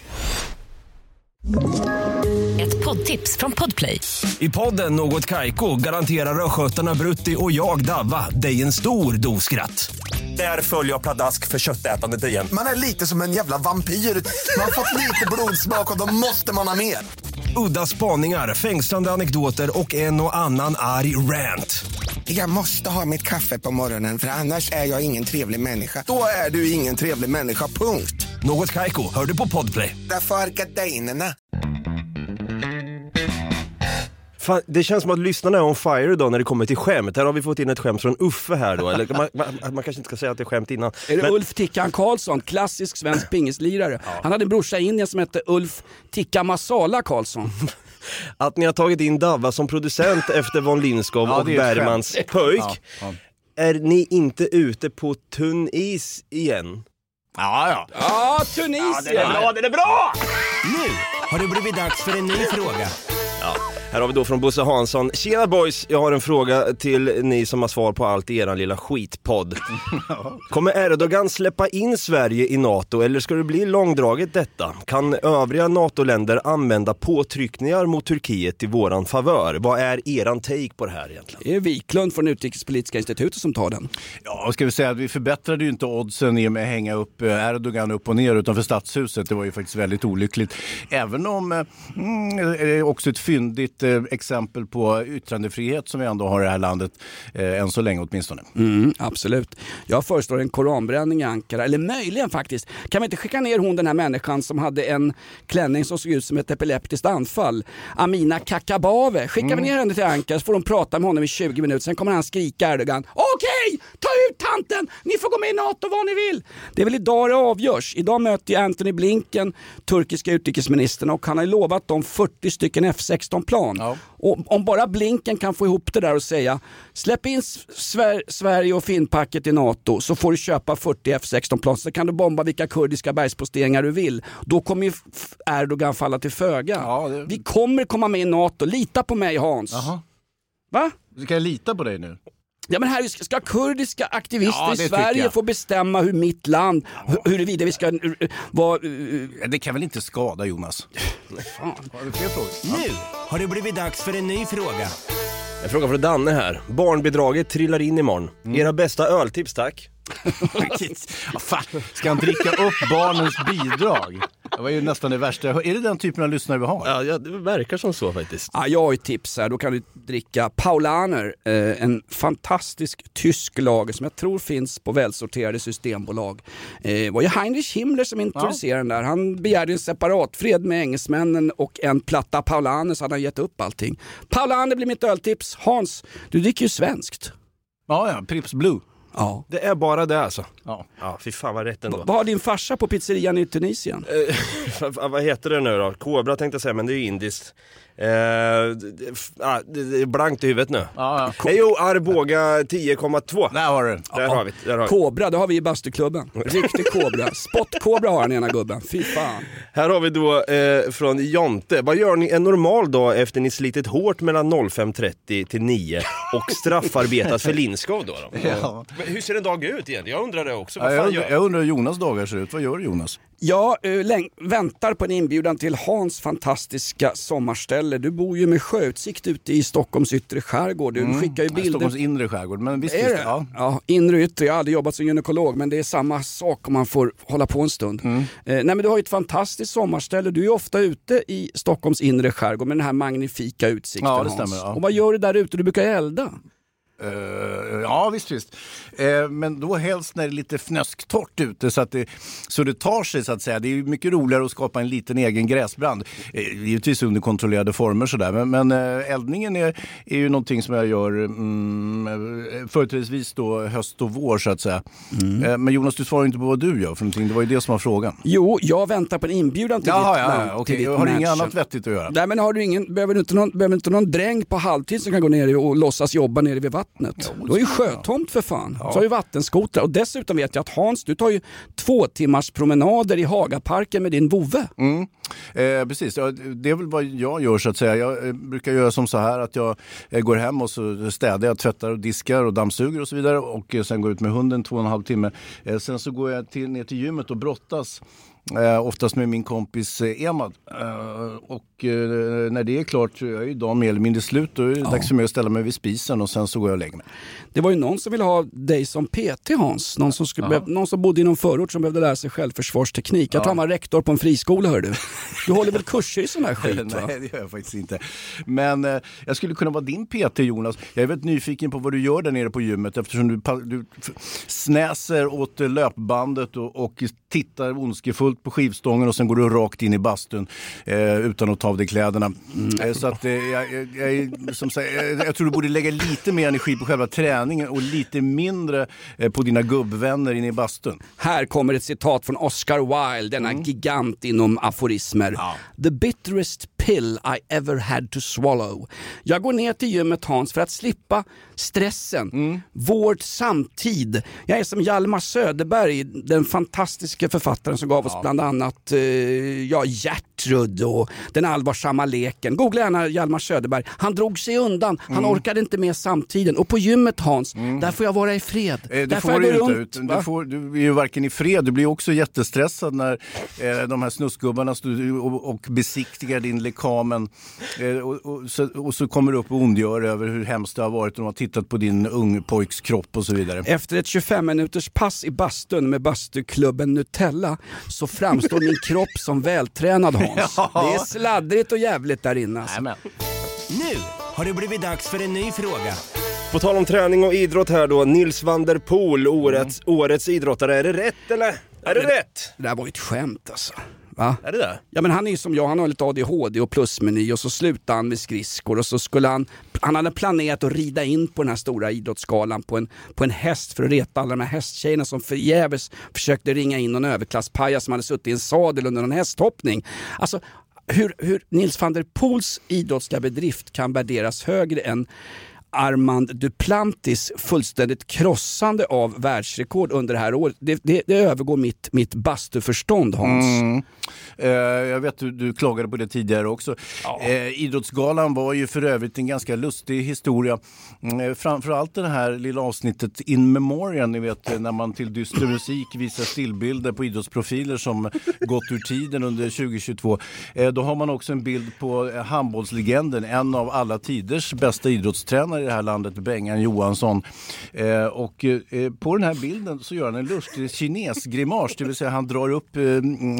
Ett poddtips från Podplay. I podden Något Kaiko garanterar röskötarna Brutti och jag Davva dig en stor doskratt. Där följer jag pladask för köttätandet igen. Man är lite som en jävla vampyr. Man har fått lite blodsmak och då måste man ha mer. Udda spaningar, fängslande anekdoter och en och annan arg rant. Jag måste ha mitt kaffe på morgonen för annars är jag ingen trevlig människa. Då är du ingen trevlig människa, punkt. Något Kaiko, hör du på Podplay. Därför är gardinerna. Fan, det känns som att lyssnarna är on fire idag när det kommer till skämt. Här har vi fått in ett skämt från Uffe här då. Eller, man, man, man kanske inte ska säga att det är skämt innan. Är det Men... Ulf Tickan Karlsson, klassisk svensk pingislirare. Ja. Han hade en brorsa i Indien som hette Ulf Tikka Masala Karlsson. Att ni har tagit in Davva som producent efter Von Lindskov ja, och Bergmans pöjk. Ja, ja. Är ni inte ute på tunn is igen? Ja, ja. Ja, tunn is ja, den är bra, den är bra! Nu har det blivit dags för en ny fråga. Ja, här har vi då från Bosse Hansson. Tjena boys, jag har en fråga till ni som har svar på allt i eran lilla skitpodd. Kommer Erdogan släppa in Sverige i NATO eller ska det bli långdraget detta? Kan övriga NATO-länder använda påtryckningar mot Turkiet till våran favör? Vad är eran take på det här egentligen? Det är Wiklund från Utrikespolitiska institutet som tar den. Ja, ska vi säga att vi förbättrade ju inte oddsen i och med att hänga upp Erdogan upp och ner utanför stadshuset. Det var ju faktiskt väldigt olyckligt. Även om mm, det är också ett fyndigt eh, exempel på yttrandefrihet som vi ändå har i det här landet eh, än så länge åtminstone. Mm, absolut. Jag föreslår en koranbränning i Ankara, eller möjligen faktiskt. Kan vi inte skicka ner hon den här människan som hade en klänning som såg ut som ett epileptiskt anfall? Amina Kakabave. Skickar mm. vi ner henne till Ankara så får de prata med honom i tjugo minuter. Sen kommer han skrika Erdogan. Okej, ta ut tanten! Ni får gå med i NATO vad ni vill! Det är väl idag det avgörs. Idag möter ju Antony Blinken turkiska utrikesministern och han har lovat dem fyrtio stycken F sexton-plan. Ja. Och om bara Blinken kan få ihop det där och säga släpp in Sver- Sverige och Finnpacket i NATO så får du köpa fyrtio F sexton-plan så kan du bomba vilka kurdiska bergsposteringar du vill. Då kommer ju Erdogan falla till föga. Ja, det... Vi kommer komma med i NATO. Lita på mig, Hans. Jaha. Va? Ska jag lita på dig nu? Ja, men här ska kurdiska aktivister ja, i Sverige få bestämma hur mitt land, ja. hur, huruvida vi ska uh, vara... Uh, det kan väl inte skada, Jonas? Fan. Har du fler frågor? Nu har det blivit dags för en ny fråga. En fråga från Danne här. Barnbidraget trillar in imorgon. Mm. Era bästa öltips, tack. Ja, fan. Ska han dricka upp barnens bidrag? Det var ju nästan det värsta. Är det den typen av lyssnare vi har? Ja, ja det verkar som så faktiskt. Ja, jag har ett tips här. Då kan du dricka Paulaner. Eh, en fantastisk tysk lager som jag tror finns på välsorterade systembolag. Eh, det var ju Heinrich Himmler som introducerade ja. den där. Han begärde en separat fred med engelsmännen och en platta Paulaner så hade han gett upp allting. Paulaner blir mitt öltips. Hans, du dricker ju svenskt. Ja, ja. Pripps Blue. Ja. Det är bara det alltså. Ja, ja fy fan vad rätt ändå. V- vad har din farsa på pizzerian i Tunisien? vad heter det nu då? Kobra tänkte jag säga, men det är ju indiskt. Eh, ah, det är blankt i huvudet nu. Ja, ja. Eh, jo, Arboga tio komma två. Där har du. Där Ja. har vi, där har vi. Kobra, det har vi i bastuklubben. Riktig kobra. Spottkobra har den ena gubben. Fy fan. Här har vi då eh, från Jonte. Vad gör ni en normal dag efter ni slitit hårt mellan fem trettio till nio och straffarbetat för Lindskov då? då? Ja. Men hur ser en dag ut igen? Jag undrar det också. Vad Ja, fan jag, gör undrar, jag undrar hur Jonas dagar ser ut. Vad gör du, Jonas? Jag uh, läng- väntar på en inbjudan till Hans fantastiska sommarställe. Du bor ju med sjöutsikt ute i Stockholms yttre skärgård. Du Mm. skickar ju bilder. Stockholms inre skärgård. Men visst, Är visst, det? ja. Ja, inre och yttre. Jag har aldrig jobbat som gynekolog, men det är samma sak om man får hålla på en stund. Mm. Eh, nej, men du har ju ett fantastiskt sommarställe. Du är ju ofta ute i Stockholms inre skärgård med den här magnifika utsikten. Ja, det Hans. stämmer, ja. Och vad gör du där ute? Du brukar elda. Uh, ja, visst, visst. Uh, men då helst när det är lite fnösktorrt ute så att det, så det tar sig, så att säga. Det är ju mycket roligare att skapa en liten egen gräsbrand. Uh, givetvis under kontrollerade former sådär. Men, men uh, eldningen är, är ju någonting som jag gör um, företrädesvis då höst och vår, så att säga. Mm. Uh, men Jonas, du svarar inte på vad du gör för någonting. Det var ju det som var frågan. Jo, jag väntar på en inbjudan till Jaha, ditt ja, land. ja, okej. Till ditt Har du inget matchen. annat vettigt att göra? Nej, men har du ingen, behöver, du inte någon, behöver du inte någon dräng på halvtid som kan gå ner och låtsas jobba nere vid vattnet? Jo, du är ju sjötomt för fan. Ja. Så har ju vattenskoter. Och dessutom vet jag att Hans, du tar ju två timmars promenader i Hagaparken med din vovve. Mm. Eh, precis, ja, det är väl vad jag gör, så att säga. Jag eh, brukar göra som så här att jag eh, går hem och så städar jag, tvättar och diskar och dammsuger och så vidare. Och eh, sen går ut med hunden två och en halv timme. Eh, sen så går jag till, ner till gymmet och brottas. Eh, oftast med min kompis eh, Emad. Eh, och eh, när det är klart så är ju dagen mer eller mindre slut. Då är det ja. dags för mig att ställa mig vid spisen och sen så går jag och lägger mig. Det var ju någon som ville ha dig som P T, Hans. Någon som, skulle be- någon som bodde i någon förort som behövde lära sig självförsvarsteknik. Jag tror ja. han var rektor på en friskola, hör du. Du håller väl kurser i sån här skit, va? Nej, det gör jag faktiskt inte. Men eh, jag skulle kunna vara din P T, Jonas. Jag är väldigt nyfiken på vad du gör där nere på gymmet, eftersom du, du snäser åt löpbandet och, och tittar ondskefullt på skivstången och sen går du rakt in i bastun eh, utan att ta av dig kläderna. Mm. Eh, så att eh, jag, jag, jag, som säger, jag, jag tror du borde lägga lite mer energi på själva träningen och lite mindre eh, på dina gubbvänner inne i bastun. Här kommer ett citat från Oscar Wilde, denna mm. gigant inom aforismer. Ja. The bitterest pill I ever had to swallow. Jag går ner till gymmet, Hans, för att slippa stressen. Mm. Vår samtid. Jag är som Hjalmar Söderberg, den fantastiska författaren som gav oss ja. bland annat eh, ja, Gertrud och Den allvarsamma leken. Googla gärna Hjalmar Söderberg. Han drog sig undan. Han mm. orkade inte med samtiden. Och på gymmet, Hans, mm. där får jag vara i fred. Eh, det där får jag du gå inte. runt, Ut. Du, får, du är ju varken i fred. Du blir också jättestressad när eh, de här snusgubbarna stod och, och besiktigar din lekamen. Eh, och, och, så, och så kommer du upp och ondgör över hur hemskt det har varit. De har tittat på din ung pojks kropp och så vidare. Efter ett tjugofem minuters pass i bastun med bastuklubben Nutella så framstår min kropp som vältränad, Hans. Ja. Det är sladdrigt och jävligt där inne. Alltså. Nu har det blivit dags för en ny fråga. På tal om träning och idrott här då, Nils van der Poel, årets, mm. årets idrottare. Är det rätt eller? Är det, det rätt? Det där var ett skämt alltså. Va? Är det där? Ja, men han är ju som jag, han har lite A D H D och plusmeny och så slutade han med skridskor och så skulle han, han hade planerat att rida in på den här stora idrottsskalan på en, på en häst för att reta alla de här hästtjejerna som förgäves försökte ringa in någon överklasspaja som hade suttit i en sadel under någon hästhoppning. Alltså hur, hur Nils van der Poels idrottsliga bedrift kan värderas högre än Armand Duplantis fullständigt krossande av världsrekord under det här året. Det, det, det övergår mitt, mitt bastuförstånd, Hans. Mm. Eh, jag vet du, du klagade på det tidigare också. Ja. Eh, idrottsgalan var ju för övrigt en ganska lustig historia. Eh, framförallt det här lilla avsnittet In Memoriam, ni vet, när man till dyster musik visar stillbilder på idrottsprofiler som gått ur tiden under tjugo tjugotvå. Eh, då har man också en bild på handbollslegenden, en av alla tiders bästa idrottstränare i det här landet, Bengan Johansson. Eh, och eh, på den här bilden så gör han en lustig kinesgrimas, det vill säga han drar upp eh,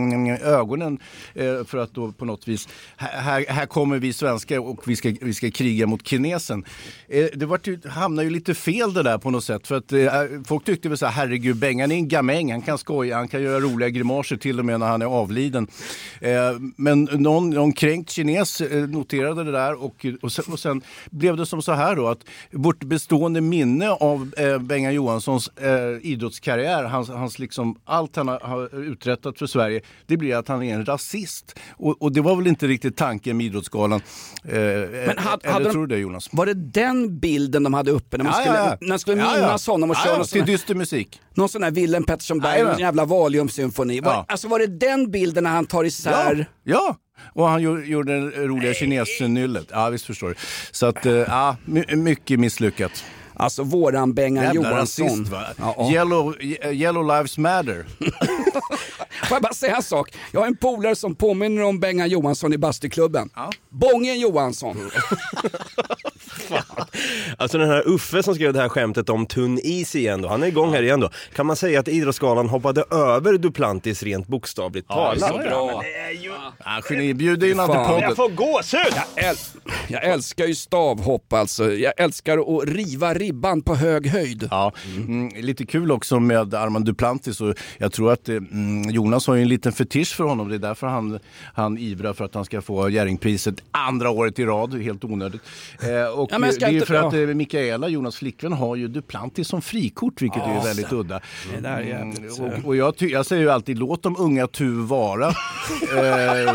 ögonen eh, för att då på något vis här, här kommer vi svenskar och vi ska, vi ska kriga mot kinesen. Eh, det var ju, hamnar ju lite fel det där på något sätt, för att eh, folk tyckte väl så här, herregud, Bengan är en gamäng, han kan skoja, han kan göra roliga grimaser till och med när han är avliden. Eh, men någon, någon kränkt kines eh, noterade det där och, och, sen, och sen blev det som så här då, att vårt bestående minne av eh, Bengan Johanssons eh, idrottskarriär, hans, hans liksom, allt han har, har uträttat för Sverige, det blir att han är en rasist. Och, och det var väl inte riktigt tanken med Idrottsgalan. Eh, Men hade, eller hade tror de, du det, Jonas? Var det den bilden de hade uppe när man Ja, skulle, ja, ja. när man skulle Ja, ja. minnas honom och Ja, köra ja, någon, till sån här, dyster musik. någon sån här Willem Pettersson Berg, Ja, ja. någon jävla Valium-symfoni. Var, Ja. Alltså var det den bilden när han tar isär... Ja, ja. Och han gjorde, gjorde den roliga kinesnyllet. Ja, visst förstår du. Så att, eh, ja, my, mycket misslyckat. Alltså våran Bengan Jävla Johansson. rasist, va? Ja, ja. Yellow, yellow lives matter. Får jag bara säga en sak? Jag har en polare som påminner om Bengan Johansson i bastuklubben. Ja. Bången Johansson. Alltså den här Uffe som skrev det här skämtet om tunn is igen då, han är igång här igen då. Kan man säga att Idrottsgalan hoppade över Duplantis rent bokstavligt talat? så bra. Ja, geni, bjuder in till podden. Jag får gåshud! Jag, äl- jag älskar ju stavhopp alltså. Jag älskar att riva ribban på hög höjd. Ja, mm, lite kul också med Armand Duplantis, och jag tror att mm, Jonas har ju en liten fetisch för honom. Det är därför han, han ivrar för att han ska få Jerringpriset andra året i rad, helt onödigt. Eh, och Ja, men jag ska det är ju inte- för att ja. eh, Mikaela, Jonas flickvän, har ju Duplantis som frikort, vilket är ju väldigt udda. Det där är jävligt, Mm, och och jag, ty- jag säger ju alltid, låt de unga tu vara. eh,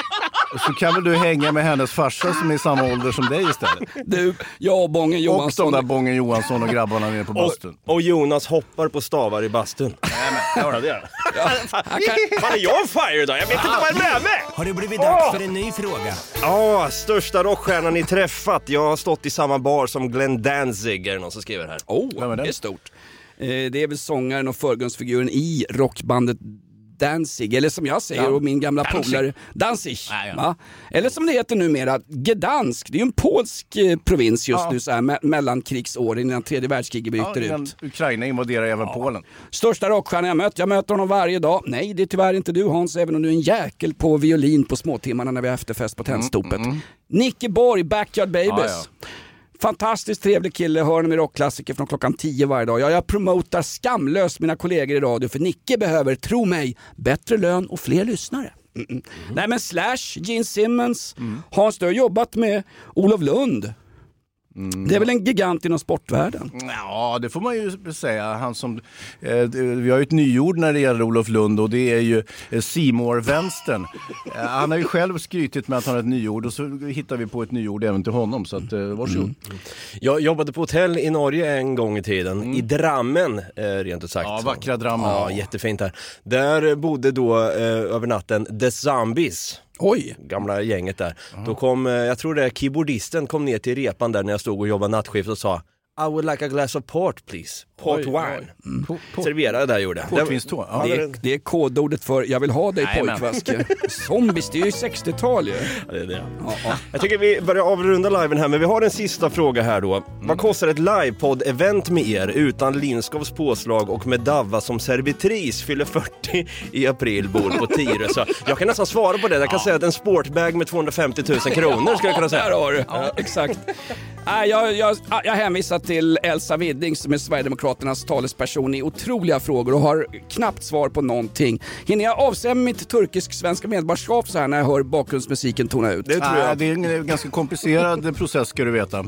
så kan väl du hänga med hennes farsa som är i samma ålder som dig istället. Du, jag och Bången Och Johansson. de där Bången Johansson och grabbarna nere på bastun. Och, och Jonas hoppar på stavar i bastun. Ja, det är Fan, fan är jag on fire idag? Jag vet inte vad jag är med mig! Har det blivit dags för en ny fråga? Ja, största rockstjärnan ni träffat. Jag har stått i samma bar som Glenn Danzig, är det någon som skriver här. Oh, det är stort. Eh, det är väl sångaren och förgrundsfiguren i rockbandet Danzig, eller som jag säger, Ja. och min gamla Danzig. polare Danzig. Ja, ja. Va? Eller som det heter numera, Gdansk. Det är ju en polsk eh, provins just Ja. nu, så här, me- mellankrigsåren innan tredje världskriget Ja, bryter innan ut. Ukraina invaderar även Polen. Största rockstjärnan jag mött, jag möter honom varje dag. Nej, det är tyvärr inte du Hans, även om du är en jäkel på violin på småtimmarna när vi har efterfest på Tennstopet. Nicke Borg, Backyard Babies. Ja, Fantastiskt trevlig kille, hör honom i rockklassiker från klockan tio varje dag. Ja, jag promotar skamlöst mina kollegor i radio, för Nicke behöver, tro mig, bättre lön och fler lyssnare. Mm-mm. Mm. Nej men Slash, Gene Simmons, Hans, du har jobbat med Olof Lund. Det är väl en gigant inom sportvärlden? Ja, det får man ju säga. Han som, eh, vi har ju ett nyord när det gäller Olof Lund, och det är ju eh, Seymour-vänstern. Eh, han har ju själv skrytit med att han har ett nyord, och så hittar vi på ett nyord även till honom. Så att, eh, varsågod. Mm. Jag jobbade på hotell i Norge en gång i tiden, i Drammen, eh, rent ut sagt. Ja, vackra Drammen. Ja, jättefint här. Där bodde då eh, över natten The Zombies. Oj. Gamla gänget där. Då kom, eh, jag tror det är keyboardisten kom ner till repan där när jag stod och jobbade nattskift och sa I would like a glass of port please. Port Oj, wine. oj. Mm. Serverade där gjorde jag. Portvinstå. Ja, Det är, det är kodordet för jag vill ha dig Nej, men. pojkvaske. Zombies, det är ju sextiotal ju. Ja, det är det. Ja, ja. Jag tycker vi börjar avrunda liven här, men vi har en sista fråga här då. Vad kostar ett livepodd-event med er utan Linskovs påslag och med Davva som servitris fyller fyrtio i april, bor på Tyresö? Jag kan nästan svara på det. Jag kan säga att en sportbag med tvåhundrafemtio tusen kronor skulle jag kunna Där säga. har du. Ja, exakt. Nej, jag, jag, jag hänvisar till Elsa Widding som är Sverigedemokraternas talesperson i otroliga frågor och har knappt svar på någonting. Hinner jag avsäga mitt turkisk-svenska medborgarskap så här när jag hör bakgrundsmusiken tona ut? Det tror Nej, jag. det är en ganska komplicerad process, ska du veta.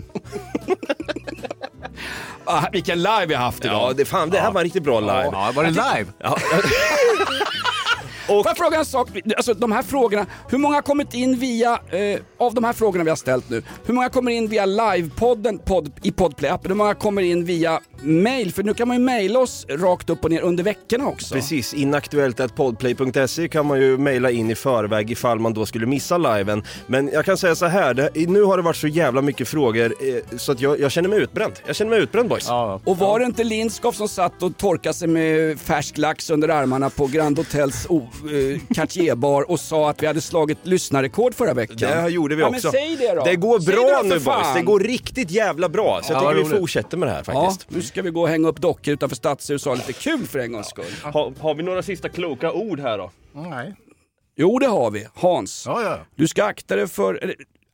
Ah, vilken live vi har haft idag. Ja, det, fan, det här var en riktigt bra live. Ja, var det live? Ja. Får jag fråga en sak? Alltså de här frågorna, hur många har kommit in via, eh, av de här frågorna vi har ställt nu, hur många kommer in via livepodden podd, i Podplay-appen? Hur många kommer in via mail? För nu kan man ju mejla oss rakt upp och ner under veckorna också. Precis, inaktuellt at podplay punkt se kan man ju mejla in i förväg ifall man då skulle missa liven. Men jag kan säga så här, det, nu har det varit så jävla mycket frågor eh, så att jag, jag känner mig utbränd. Jag känner mig utbränd, boys. Ja. Och var det inte Lindskov som satt och torkade sig med färsk lax under armarna på Grand Hotels oh, eh, Cartier-bar och sa att vi hade slagit lyssnarrekord förra veckan? Det gjorde vi ja, också. Men säg det då. Det går Säg bra det nu, för fan. boys. Det går riktigt jävla bra. Så jag Ja, tycker vi roligt. fortsätter med det här Ja, faktiskt. nu ska vi gå och hänga upp dockor utanför Stadshus och ha lite kul för en gångs skull. Ha, har vi några sista kloka ord här då? Nej. Jo, det har vi. Hans, Ja, ja. du ska akta dig för... eller,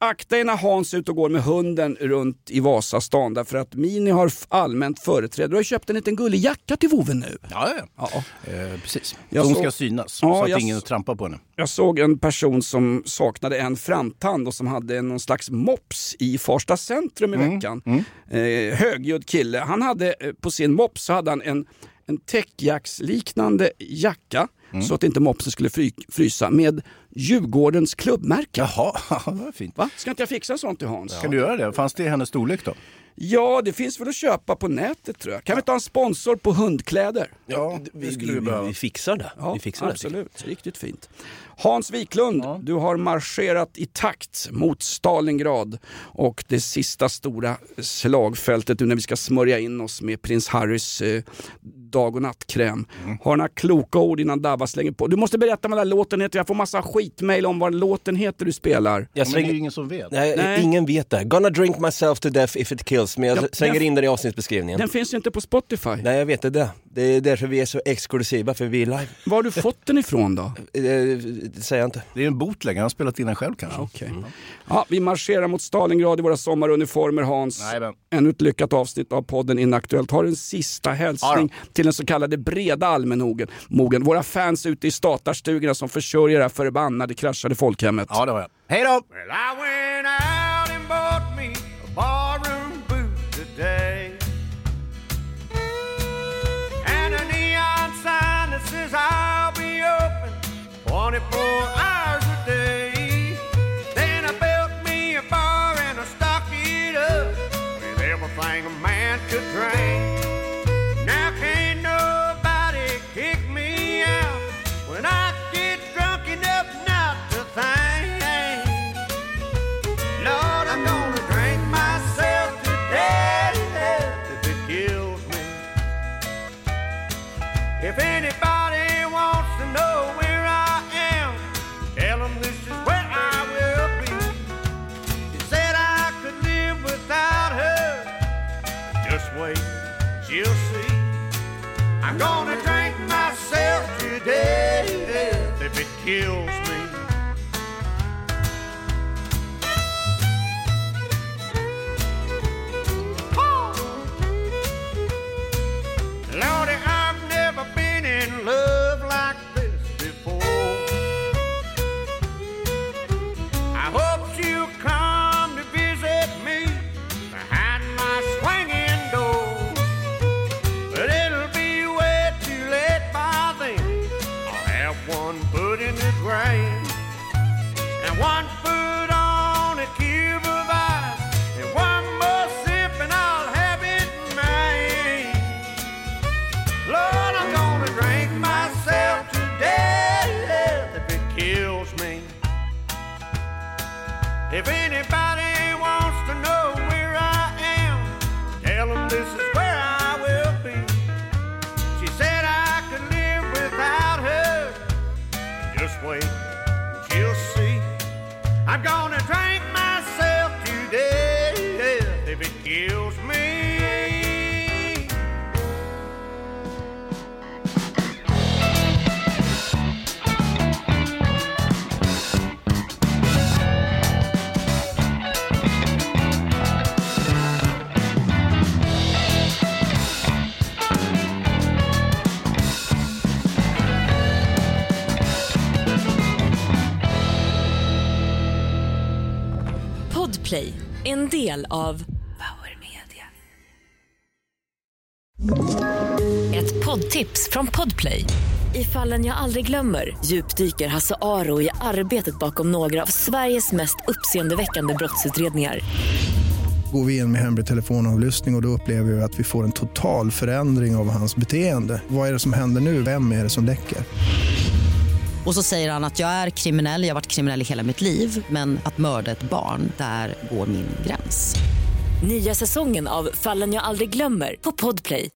akta er när Hans är ute och går med hunden runt i Vasastan, därför att Mini har f- allmänt företräde. Du har köpt en liten gullig jacka till voven nu. Ja, ja. ja. Eh, precis. Jag Hon så... ska synas, ja, så att jag... ingen trampar på henne. Jag såg en person som saknade en framtand och som hade någon slags mops i Farsta centrum i Mm. veckan. Mm. Eh, högljudd kille. Han hade eh, på sin mops så hade han en, en täckjacksliknande jacka. Mm. Så att inte mopsen skulle fry, frysa med Djurgårdens klubbmärke. Jaha, det var fint. Va? Ska inte jag fixa sånt till Hans? Ja. Kan du göra det? Fanns det i hennes storlek då? Ja, det finns väl att köpa på nätet tror jag. Kan vi ta en sponsor på hundkläder? Ja, vi, vi, vi, vi fixar det. Ja, vi fixar absolut. Det, Riktigt fint. Hans Wiklund, ja. Du har marscherat i takt mot Stalingrad och det sista stora slagfältet nu när vi ska smörja in oss med prins Harrys eh, dag- och nattkräm. Mm. Har några kloka ord innan Davva slänger på. Du måste berätta vad den här låten heter. Jag får massa skitmail om vad låten heter du spelar. Jag slänger... Men det är ju ingen som vet. Nej, Nej. Ingen vet det. Gonna drink myself to death if it kills. Men jag ja, slänger den... in den i avsnittsbeskrivningen. Den finns ju inte på Spotify. Nej, jag vet det. Det är därför vi är så exklusiva, för vi är live. Var har du fått den ifrån då? Det säger jag inte. Det är en bootleg, han har spelat in den själv kanske. Okay. Mm. Ja, vi marscherar mot Stalingrad i våra sommaruniformer, Hans. Nej, men... Ännu ett lyckat avsnitt av podden Inaktuellt. Har en sista hälsning ja, till den så kallade breda allmänmogen. Mogen. Våra fans ute i statarstugorna som försörjer det här förbannade kraschade folkhemmet. Ja, det har jag. Hej då! Well, I went out and bought me a barroom boot today. And a neon sign that says I'll be open twenty-four hours a day. Then I built me a bar and I stocked it up with everything a man could drink. Now can't nobody kick me out when I get drunk enough not to think. Lord, I'm gonna drink myself to death if it kills me. If anybody wants to know where I am, tell them this is where I will be. She said I could live without her. Just wait, she'll see. I'm gonna drink myself to death if it kills me. Lordy, I've never been in love like this before. I hope she'll come to visit me behind my swinging door. But it'll be way too late by then. I'll have one foot in the grave and one foot on a cube of ice, and one more sip and I'll have it made. Lord, I'm gonna drink myself to death if it kills me. If anybody wants to know where I am, tell them this is where I will be. She said I could live without her. Just wait, she'll see. I'm gonna drink myself to death if it kills me. Podplay, en del av Power Media. Ett poddtips från Podplay. I Fallen jag aldrig glömmer djupdyker Hasse Aro i arbetet bakom några av Sveriges mest uppseendeväckande brottsutredningar. Går vi in med hemlig telefonavlyssning och, och då upplever vi att vi får en total förändring av hans beteende. Vad är det som händer nu? Vem är det som läcker? Och så säger han att jag är kriminell, jag har varit kriminell i hela mitt liv. Men att mörda ett barn, där går min gräns. Nya säsongen av Fallen jag aldrig glömmer på Podplay.